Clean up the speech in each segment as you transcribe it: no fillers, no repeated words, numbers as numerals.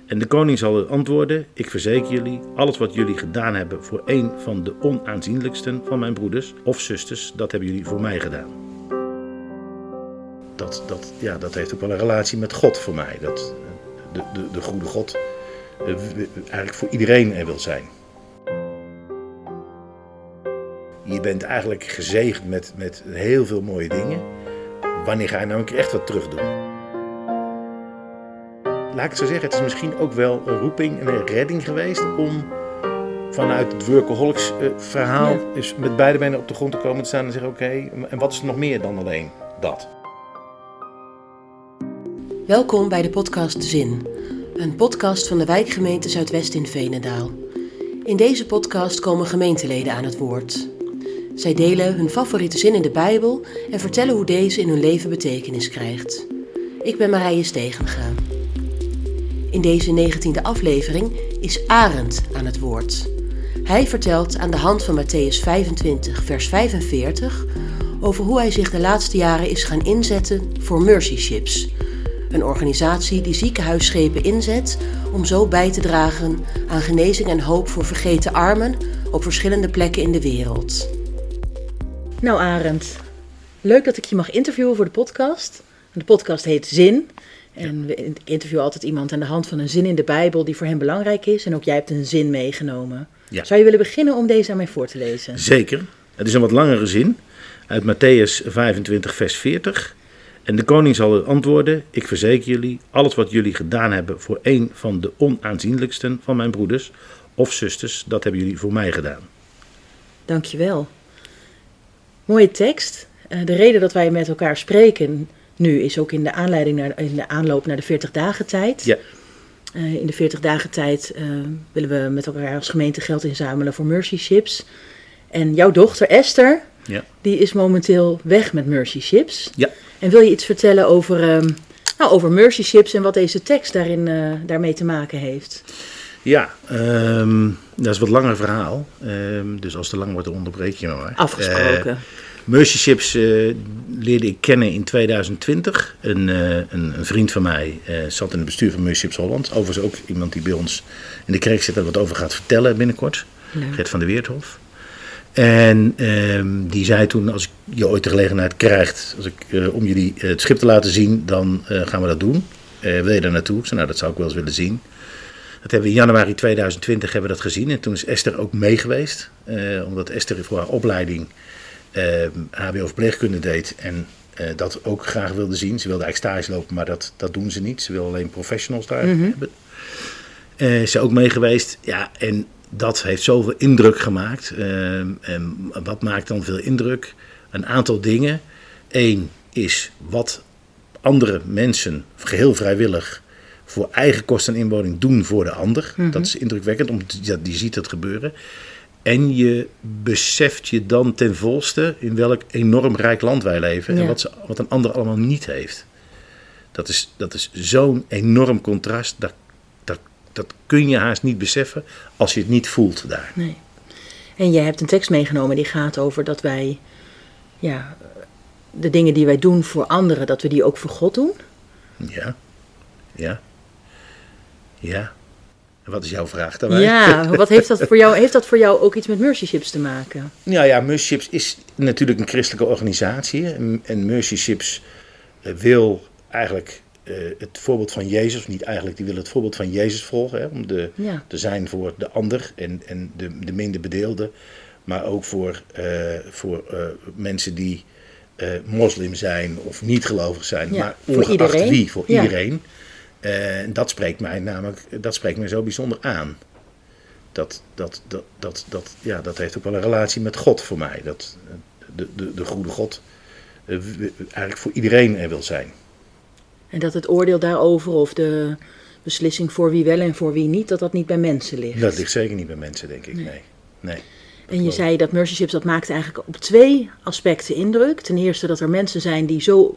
En de koning zal antwoorden, ik verzeker jullie, alles wat jullie gedaan hebben voor een van de onaanzienlijksten van mijn broeders of zusters, dat hebben jullie voor mij gedaan. Dat heeft ook wel een relatie met God voor mij. Dat de goede God eigenlijk voor iedereen er wil zijn. Je bent eigenlijk gezegend met heel veel mooie dingen. Wanneer ga je nou een keer echt wat terug doen? Laat ik het zo zeggen, het is misschien ook wel een roeping en een redding geweest om vanuit het workaholics verhaal dus met beide benen op de grond te komen te staan en zeggen oké, en wat is er nog meer dan alleen dat? Welkom bij de podcast Zin, een podcast van de wijkgemeente Zuidwest in Veenendaal. In deze podcast komen gemeenteleden aan het woord. Zij delen hun favoriete zin in de Bijbel en vertellen hoe deze in hun leven betekenis krijgt. Ik ben Marije Stegenga. In deze 19e aflevering is Arend aan het woord. Hij vertelt aan de hand van Mattheüs 25, vers 45... over hoe hij zich de laatste jaren is gaan inzetten voor Mercy Ships. Een organisatie die ziekenhuisschepen inzet om zo bij te dragen aan genezing en hoop voor vergeten armen op verschillende plekken in de wereld. Nou Arend, leuk dat ik je mag interviewen voor de podcast. De podcast heet Zin. En ik interview altijd iemand aan de hand van een zin in de Bijbel die voor hem belangrijk is. En ook jij hebt een zin meegenomen. Ja. Zou je willen beginnen om deze aan mij voor te lezen? Zeker. Het is een wat langere zin uit Mattheüs 25 vers 40. En de koning zal antwoorden, ik verzeker jullie, alles wat jullie gedaan hebben voor een van de onaanzienlijksten van mijn broeders of zusters, dat hebben jullie voor mij gedaan. Dankjewel. Mooie tekst. De reden dat wij met elkaar spreken nu is ook in de aanloop naar de 40 dagen tijd. Ja. In de 40 dagen tijd willen we met elkaar als gemeente geld inzamelen voor Mercy Ships. En jouw dochter Esther, die is momenteel weg met Mercy Ships. Ja. En wil je iets vertellen over Mercy Ships en wat deze tekst daarmee te maken heeft? Ja, dat is een wat langer verhaal. Dus als het te lang wordt, dan onderbreek je me maar. Afgesproken. Mercy Ships leerde ik kennen in 2020. Een vriend van mij zat in het bestuur van Mercy Ships Holland. Overigens ook iemand die bij ons in de kerk zit en wat over gaat vertellen binnenkort. Gert van der Weerthof. En die zei toen, als ik je ooit de gelegenheid krijg om jullie het schip te laten zien, dan gaan we dat doen. Wil je daar naartoe? Ik zei, nou, dat zou ik wel eens willen zien. Dat hebben we in januari 2020 hebben we dat gezien. En toen is Esther ook mee geweest. Omdat Esther voor haar opleiding HBO-verpleegkunde deed en dat ook graag wilde zien. Ze wilde eigenlijk stage lopen, maar dat doen ze niet. Ze wil alleen professionals daar hebben. Is ze ook mee geweest. Ja, en dat heeft zoveel indruk gemaakt. En wat maakt dan veel indruk? Een aantal dingen. Eén is wat andere mensen geheel vrijwillig voor eigen kosten en inwoning doen voor de ander. Dat is indrukwekkend, omdat je ziet dat gebeuren. En je beseft je dan ten volste in welk enorm rijk land wij leven. Ja. En wat een ander allemaal niet heeft. Dat is zo'n enorm contrast. Dat kun je haast niet beseffen als je het niet voelt daar. Nee. En jij hebt een tekst meegenomen die gaat over dat wij de dingen die wij doen voor anderen, dat we die ook voor God doen. Ja. En wat is jouw vraag daarbij? Ja, wat heeft dat voor jou? Heeft dat voor jou ook iets met Mercy Ships te maken? Ja, Mercy Ships is natuurlijk een christelijke organisatie. En Mercy Ships wil eigenlijk het voorbeeld van Jezus, niet eigenlijk, die wil het voorbeeld van Jezus volgen. Hè, om te zijn voor de ander en de minder bedeelden. Maar ook voor mensen die moslim zijn of niet gelovig zijn. Maar ongeacht wie, voor iedereen. Dat spreekt mij zo bijzonder aan. Dat heeft ook wel een relatie met God voor mij. Dat de goede God eigenlijk voor iedereen er wil zijn. En dat het oordeel daarover of de beslissing voor wie wel en voor wie niet, dat niet bij mensen ligt. Dat ligt zeker niet bij mensen, denk ik. Nee. En je zei dat Mercy Ships, dat maakt eigenlijk op 2 aspecten indruk. Ten eerste dat er mensen zijn die zo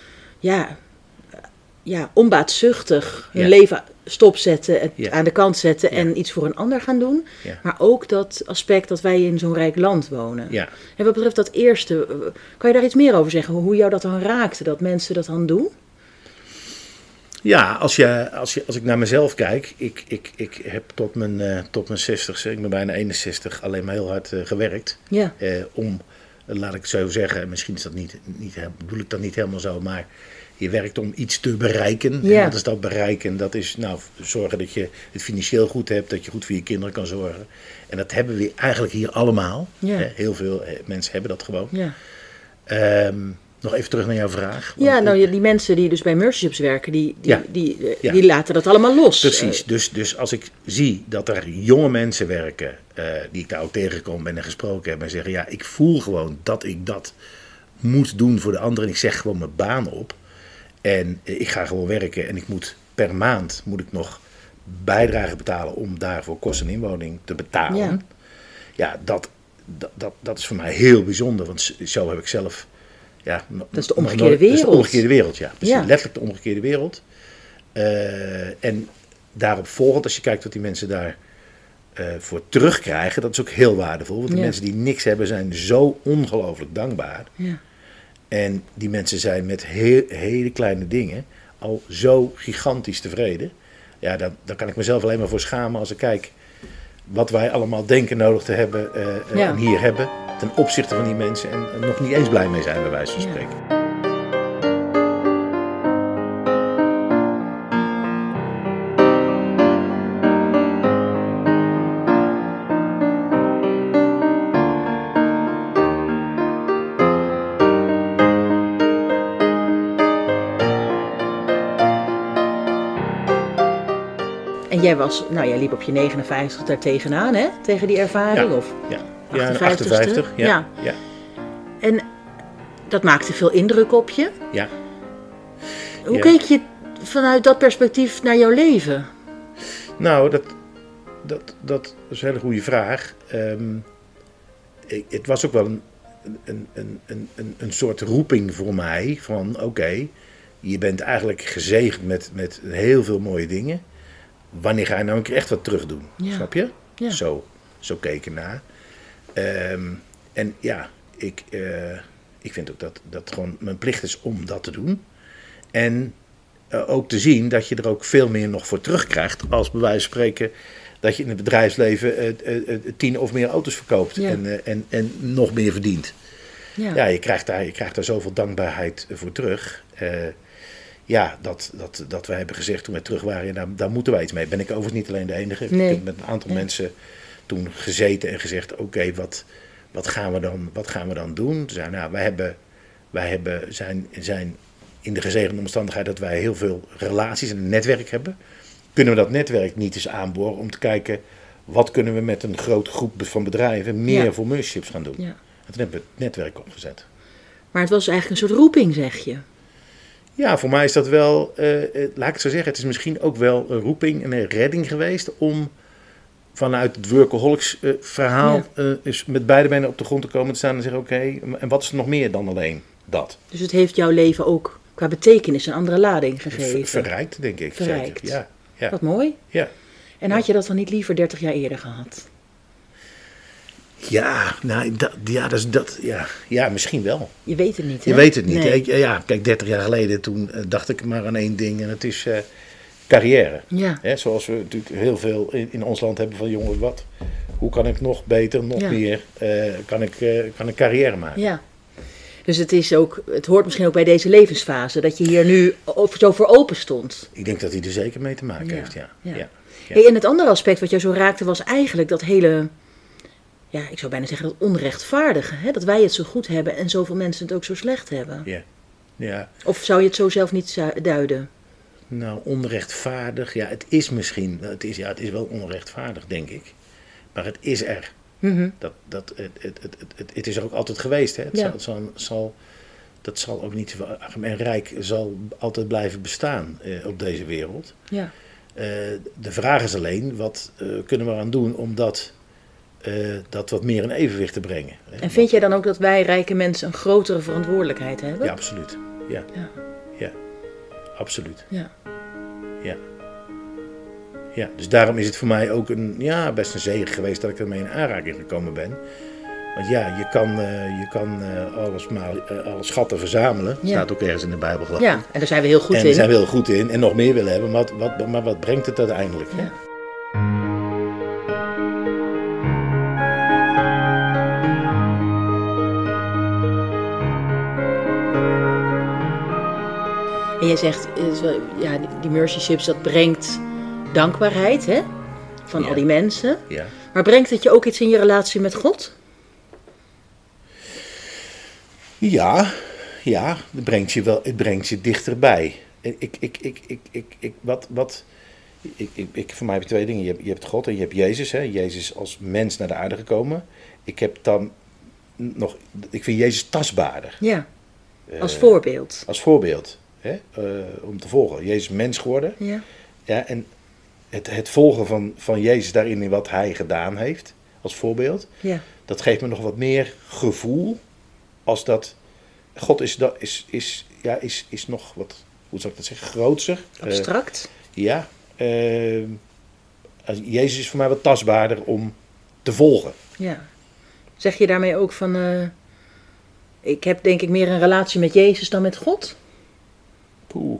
onbaatzuchtig hun leven stopzetten, aan de kant zetten en iets voor een ander gaan doen. Ja. Maar ook dat aspect dat wij in zo'n rijk land wonen. Ja. En wat betreft dat eerste, kan je daar iets meer over zeggen? Hoe jou dat dan raakte, dat mensen dat dan doen? Ja, als ik naar mezelf kijk, ik heb tot mijn 60ste, ik ben bijna 61, alleen maar heel hard gewerkt. Ja. Om, laat ik het zo zeggen, misschien is dat bedoel ik dat niet helemaal zo, maar je werkt om iets te bereiken. Ja. En wat is dat bereiken? Dat is zorgen dat je het financieel goed hebt, dat je goed voor je kinderen kan zorgen. En dat hebben we eigenlijk hier allemaal. Ja. Heel veel mensen hebben dat gewoon. Ja. Nog even terug naar jouw vraag. Ja, nou die mensen die dus bij Mercy werken, Ja. die laten dat allemaal los. Precies, dus als ik zie dat er jonge mensen werken, die ik daar ook tegengekomen ben en gesproken heb en zeggen, ja, ik voel gewoon dat ik dat moet doen voor de anderen. Ik zeg gewoon mijn baan op en ik ga gewoon werken en ik moet per maand nog bijdrage betalen om daarvoor kosten en inwoning te betalen. Ja, dat is voor mij heel bijzonder, want zo heb ik zelf... Ja, dat is de omgekeerde wereld. Dat is de omgekeerde wereld, ja. Precies, Ja. Letterlijk de omgekeerde wereld. En daarop volgend, als je kijkt wat die mensen daar voor terugkrijgen, dat is ook heel waardevol. Want de mensen die niks hebben zijn zo ongelooflijk dankbaar. Ja. En die mensen zijn met hele kleine dingen al zo gigantisch tevreden. Ja, daar kan ik mezelf alleen maar voor schamen als ik kijk wat wij allemaal denken nodig te hebben en hier hebben. Ten opzichte van die mensen en nog niet eens blij mee zijn, bij wijze van spreken. En jij liep op je 59 daar tegenaan, hè? Tegen die ervaring? Ja, of ja. 58. Ja. En dat maakte veel indruk op je. Ja. Hoe keek je vanuit dat perspectief naar jouw leven? Nou, dat is een hele goede vraag. Het was ook wel een soort roeping voor mij van oké, je bent eigenlijk gezegend met heel veel mooie dingen. Wanneer ga je nou een keer echt wat terug doen? Ja. Snap je? Ja. Zo keek ik naar. En ja, ik vind ook dat het gewoon mijn plicht is om dat te doen. En ook te zien dat je er ook veel meer nog voor terugkrijgt. Als bij wijze van spreken dat je in het bedrijfsleven 10 of meer auto's verkoopt. Ja. En nog meer verdient. Ja. Je krijgt daar zoveel dankbaarheid voor terug. Dat wij hebben gezegd toen we terug waren, daar moeten wij iets mee. Ben ik overigens niet alleen de enige. Nee. Ik heb met een aantal mensen toen gezeten en gezegd, oké, wat gaan we dan doen? Toen zeiden, wij zijn in de gezegende omstandigheid dat wij heel veel relaties en een netwerk hebben. Kunnen we dat netwerk niet eens aanboren om te kijken, wat kunnen we met een grote groep van bedrijven meer voor Mercy gaan doen? Ja. En toen hebben we het netwerk opgezet. Maar het was eigenlijk een soort roeping, zeg je. Ja, voor mij is dat wel, laat ik het zo zeggen, het is misschien ook wel een roeping en een redding geweest om vanuit het workaholics verhaal dus met beide benen op de grond te komen te staan en zeggen oké, en wat is er nog meer dan alleen dat? Dus het heeft jouw leven ook qua betekenis een andere lading gegeven. Verrijkt, denk ik. Verrijkt. Zeker. Ja. Wat mooi. Ja. En had je dat dan niet liever 30 jaar eerder gehad? Ja, ja, misschien wel. Je weet het niet, hè? Je weet het niet. Nee. Kijk, 30 jaar geleden toen dacht ik maar aan één ding en het is carrière. Ja. Zoals we natuurlijk heel veel in ons land hebben van jongen, hoe kan ik nog beter, nog meer, kan ik carrière maken? Ja. Dus het hoort misschien ook bij deze levensfase, dat je hier nu zo voor open stond. Ik denk dat hij er zeker mee te maken heeft, ja. Hey, en het andere aspect wat jou zo raakte was eigenlijk dat hele, ik zou bijna zeggen dat onrechtvaardige. Hè? Dat wij het zo goed hebben en zoveel mensen het ook zo slecht hebben. Ja. Of zou je het zo zelf niet duiden? Nou, onrechtvaardig, het is misschien, het is wel onrechtvaardig, denk ik. Maar het is er. Mm-hmm. Het is er ook altijd geweest. Hè? Dat zal ook niet, arm en rijk zal altijd blijven bestaan op deze wereld. Ja. De vraag is alleen, wat kunnen we eraan doen om dat wat meer in evenwicht te brengen. En vind jij dan ook dat wij rijke mensen een grotere verantwoordelijkheid hebben? Ja, absoluut. Ja, absoluut. Ja, dus daarom is het voor mij ook best een zegen geweest dat ik ermee in aanraking gekomen ben. Want ja, je kan alle schatten verzamelen. Ja. Staat ook ergens in de Bijbel geloof ik. Ja, en daar zijn we heel goed En in. daar zijn we heel goed in en nog meer willen hebben. Maar wat brengt het uiteindelijk? Hè? Ja. En jij zegt, ja, die mercy ships, dat brengt dankbaarheid, hè? Van Ja. al die mensen. Ja. Maar brengt het je ook iets in je relatie met God? Ja, het brengt je dichterbij. Voor mij heb je twee dingen. Je hebt God en je hebt Jezus. Hè? Jezus als mens naar de aarde gekomen. Ik vind Jezus tastbaarder. Ja, als voorbeeld. Als voorbeeld. Hè? Om te volgen. Jezus is mens geworden. Ja. Ja, en het volgen van Jezus daarin in wat hij gedaan heeft. Als voorbeeld. Ja. Dat geeft me nog wat meer gevoel. Als dat... God is nog wat... Hoe zou ik dat zeggen? Grootser. Abstract. Jezus is voor mij wat tastbaarder om te volgen. Ja. Zeg je daarmee ook van... ik heb denk ik meer een relatie met Jezus dan met God? Poeh.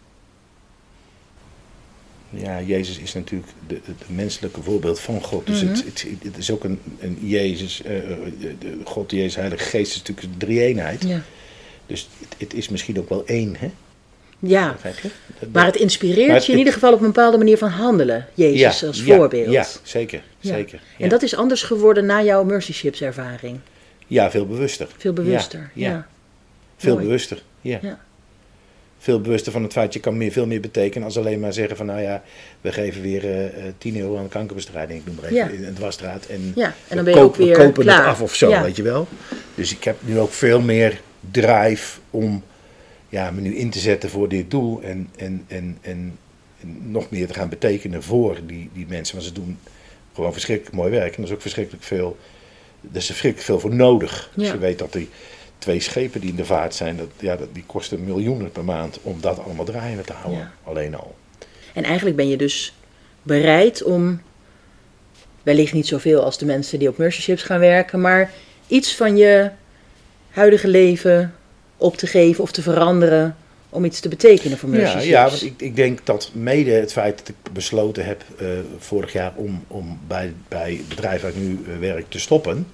Ja, Jezus is natuurlijk het menselijke voorbeeld van God. Dus het is ook een Jezus, God, Jezus, Heilige Geest is natuurlijk een drie-eenheid. Ja. Dus het is misschien ook wel één, hè? Ja, Begrijp je? maar het inspireert je in ieder geval op een bepaalde manier van handelen. Jezus als voorbeeld. Ja, zeker. Ja. Zeker. Ja. En dat is anders geworden na jouw mercy ships ervaring. Ja, veel bewuster. Veel bewuster. Ja. Ja. Veel Mooi. bewuster, ja. Ja. Veel bewuster van het feit, je kan veel meer betekenen als alleen maar zeggen van, nou ja, we geven weer 10 euro aan de kankerbestrijding, ik noem maar even, Ja. in de Dwarsstraat. En, Ja, en dan ben je ook weer we kopen klaar. het af of zo, Ja. weet je wel. Dus ik heb nu ook veel meer drive om me nu in te zetten voor dit doel en nog meer te gaan betekenen voor die mensen. Want ze doen gewoon verschrikkelijk mooi werk en er is ook verschrikkelijk veel, er is verschrikkelijk veel voor nodig. Ja. Als je weet dat die 2 schepen die in de vaart zijn, die kosten miljoenen per maand om dat allemaal draaiende te houden, Ja. alleen al. En eigenlijk ben je dus bereid om, wellicht niet zoveel als de mensen die op mercy ships gaan werken, maar iets van je huidige leven op te geven of te veranderen om iets te betekenen voor mercy ships. Ja, want ik denk dat mede het feit dat ik besloten heb vorig jaar om bij het bedrijf waar ik nu werk te stoppen,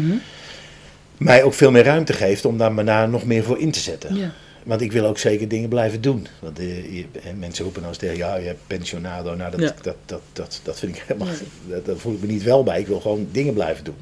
mij ook veel meer ruimte geeft om daar daarna nog meer voor in te zetten. Ja. Want ik wil ook zeker dingen blijven doen. Want mensen roepen dan eens tegen, ja, je hebt pensionado. Nou, dat vind ik helemaal, dat voel ik me niet wel bij. Ik wil gewoon dingen blijven doen.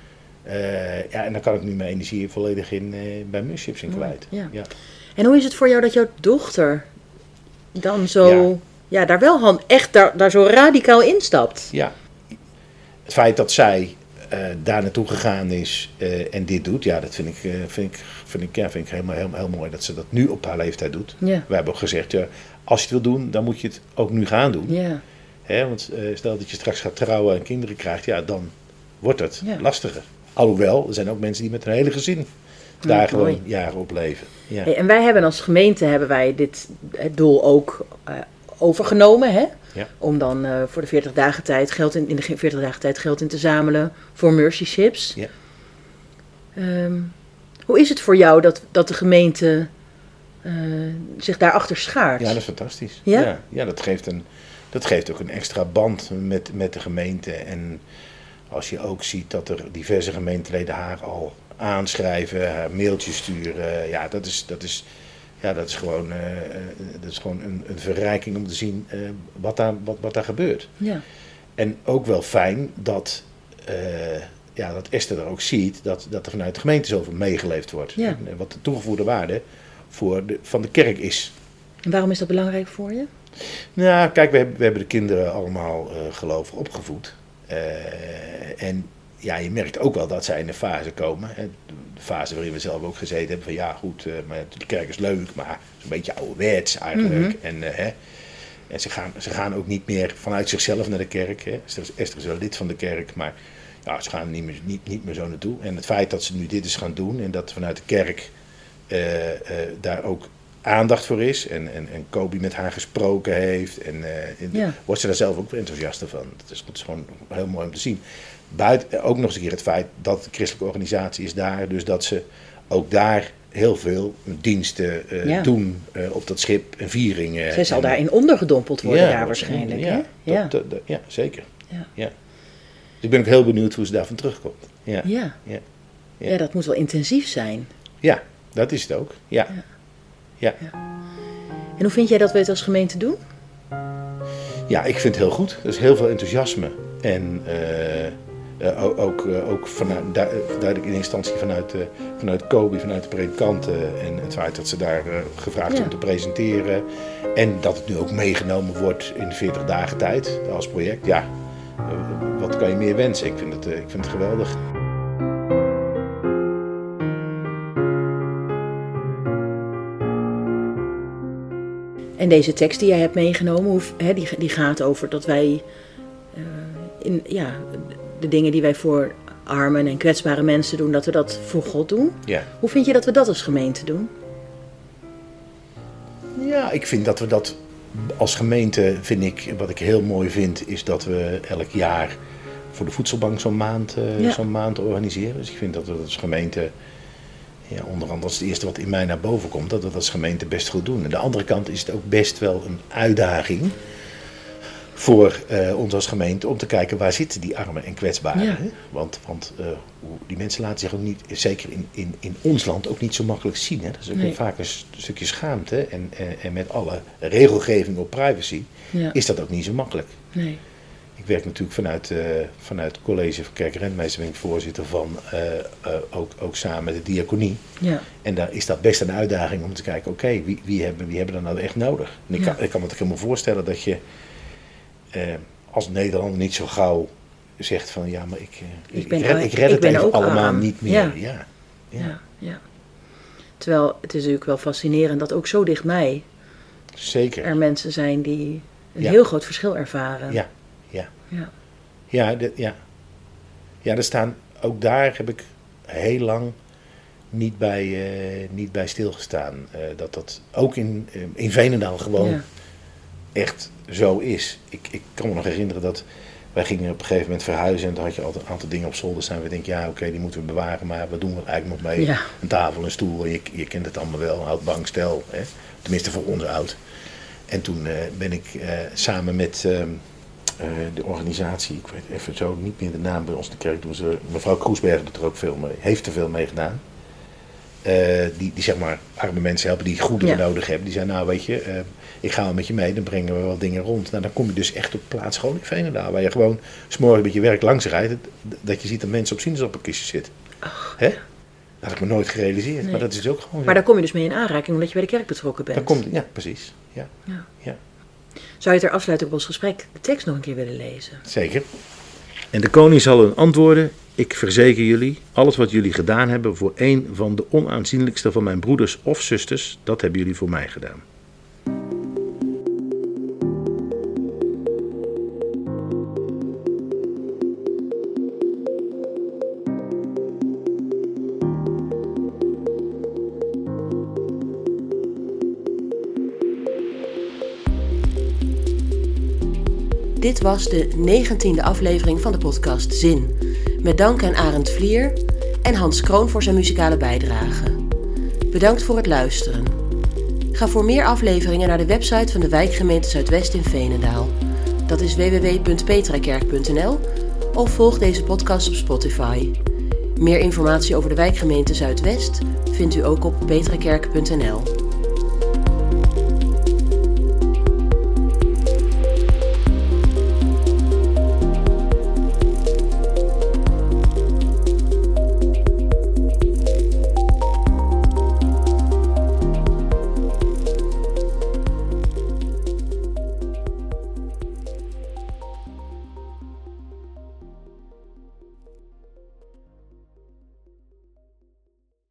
En dan kan ik nu mijn energie volledig bij mercy ships in kwijt. Ja. Ja. En hoe is het voor jou dat jouw dochter dan zo, daar wel echt daar zo radicaal instapt? Ja. Het feit dat zij daar naartoe gegaan is en dit doet, ja, dat vind ik heel mooi dat ze dat nu op haar leeftijd doet. Ja. We hebben ook gezegd, als je het wil doen, dan moet je het ook nu gaan doen. Ja. Want stel dat je straks gaat trouwen en kinderen krijgt, ja, dan wordt het Ja. lastiger. Alhoewel, er zijn ook mensen die met een hele gezin daar mooi. gewoon jaren op leven. Ja. Hey, en wij hebben als gemeente het doel ook overgenomen, hè? Ja. Om dan voor de 40 dagen tijd in de 40 dagen tijd geld in te zamelen voor mercy ships. Ja. Hoe is het voor jou dat de gemeente zich daarachter schaart? Ja, dat is fantastisch. Ja? Ja, dat geeft ook een extra band met de gemeente. En als je ook ziet dat er diverse gemeenteleden haar al aanschrijven, haar mailtjes sturen. Dat is gewoon een verrijking om te zien wat daar gebeurt. Ja. En ook wel fijn dat Esther er ook ziet dat er vanuit de gemeente zoveel meegeleefd wordt. Ja. En wat de toegevoegde waarde van de kerk is. En waarom is dat belangrijk voor je? Nou, kijk, we hebben de kinderen allemaal gelovig opgevoed. En ja, je merkt ook wel dat zij in een fase komen. Hè, de fase waarin we zelf ook gezeten hebben van ja, goed, maar de kerk is leuk, maar het is een beetje ouderwets eigenlijk. En ze gaan ook niet meer vanuit zichzelf naar de kerk. Hè. Esther is wel lid van de kerk, maar ja, ze gaan niet meer zo naartoe. En het feit dat ze nu dit is gaan doen en dat vanuit de kerk daar ook aandacht voor is en Kobi met haar gesproken heeft. En wordt ze daar zelf ook enthousiaster van. Het is gewoon heel mooi om te zien. Buiten ook nog eens een keer het feit dat de christelijke organisatie is daar. Dus dat ze ook daar heel veel diensten doen op dat schip en vieringen. Zij zal daarin ondergedompeld worden daar waarschijnlijk. Ja, ja, zeker. Ja. Dus ik ben ook heel benieuwd hoe ze daarvan terugkomt. Ja, dat moet wel intensief zijn. Ja, dat is het ook. Ja. En hoe vind jij dat we het als gemeente doen? Ja, ik vind het heel goed. Er is heel veel enthousiasme. En ook vanuit, duidelijk in eerste instantie vanuit Kobi, vanuit de predikanten. En het feit dat ze daar gevraagd om te presenteren. En dat het nu ook meegenomen wordt in 40 dagen tijd als project. Ja, wat kan je meer wensen? Ik vind het geweldig. En deze tekst die jij hebt meegenomen, die gaat over dat wij de dingen die wij voor armen en kwetsbare mensen doen, dat we dat voor God doen. Ja. Hoe vind je dat we dat als gemeente doen? Ja, ik vind dat we dat als gemeente, wat ik heel mooi vind, is dat we elk jaar voor de voedselbank zo'n maand organiseren. Dus ik vind dat we dat als gemeente, onder andere dat is het eerste wat in mij naar boven komt, dat we dat als gemeente best goed doen. Aan de andere kant is het ook best wel een uitdaging voor ons als gemeente om te kijken waar zitten die armen en kwetsbaren. Ja. Want die mensen laten zich ook niet, zeker in ons land, ook niet zo makkelijk zien. Hè? Dat is ook vaak een stukje schaamte. En met alle regelgeving op privacy is dat ook niet zo makkelijk. Nee. Ik werk natuurlijk vanuit het college van Kerk en Rentmeester, ben ik voorzitter van, ook samen met de diaconie. Ja. En daar is dat best een uitdaging om te kijken, oké, wie hebben dat nou echt nodig? En ik kan me toch helemaal voorstellen dat je als Nederlander niet zo gauw zegt van ja, maar ik red het even allemaal niet meer. Ja. Terwijl het is natuurlijk wel fascinerend dat ook zo dichtbij zeker er mensen zijn die een heel groot verschil ervaren. Er staan, ook daar heb ik heel lang niet bij stilgestaan. Dat ook in Veenendaal gewoon echt zo is. Ik kan me nog herinneren dat wij gingen op een gegeven moment verhuizen en dan had je altijd een aantal dingen op zolder staan. We denken, die moeten we bewaren, maar wat doen we eigenlijk nog mee? Ja. Een tafel, een stoel, je kent het allemaal wel, een oud bankstel, hè? Tenminste voor ons oud. En toen ben ik samen met de organisatie, ik weet even zo niet meer de naam bij ons in de kerk, mevrouw Kroesberger doet er ook veel mee, heeft er veel mee gedaan. Die zeg maar arme mensen helpen die goederen nodig hebben. Die zei, nou weet je, ik ga wel met je mee, dan brengen we wel dingen rond. Nou, dan kom je dus echt op plaats gewoon in Veenendaal, waar je gewoon 's morgens met je werk langs rijdt, dat je ziet dat mensen op sinaasappelkistjes zitten. Hè? Dat had ik me nooit gerealiseerd, maar dat is ook gewoon zo. Maar daar kom je dus mee in aanraking, omdat je bij de kerk betrokken bent. Ja, precies. Ja. Zou je ter afsluiting op ons gesprek de tekst nog een keer willen lezen? Zeker. En de koning zal hun antwoorden: ik verzeker jullie, alles wat jullie gedaan hebben voor een van de onaanzienlijkste van mijn broeders of zusters, dat hebben jullie voor mij gedaan. Dit was de 19e aflevering van de podcast Zin. Met dank aan Arend Vlier en Hans Kroon voor zijn muzikale bijdrage. Bedankt voor het luisteren. Ga voor meer afleveringen naar de website van de wijkgemeente Zuidwest in Veenendaal. Dat is www.petrakerk.nl of volg deze podcast op Spotify. Meer informatie over de wijkgemeente Zuidwest vindt u ook op petrakerk.nl.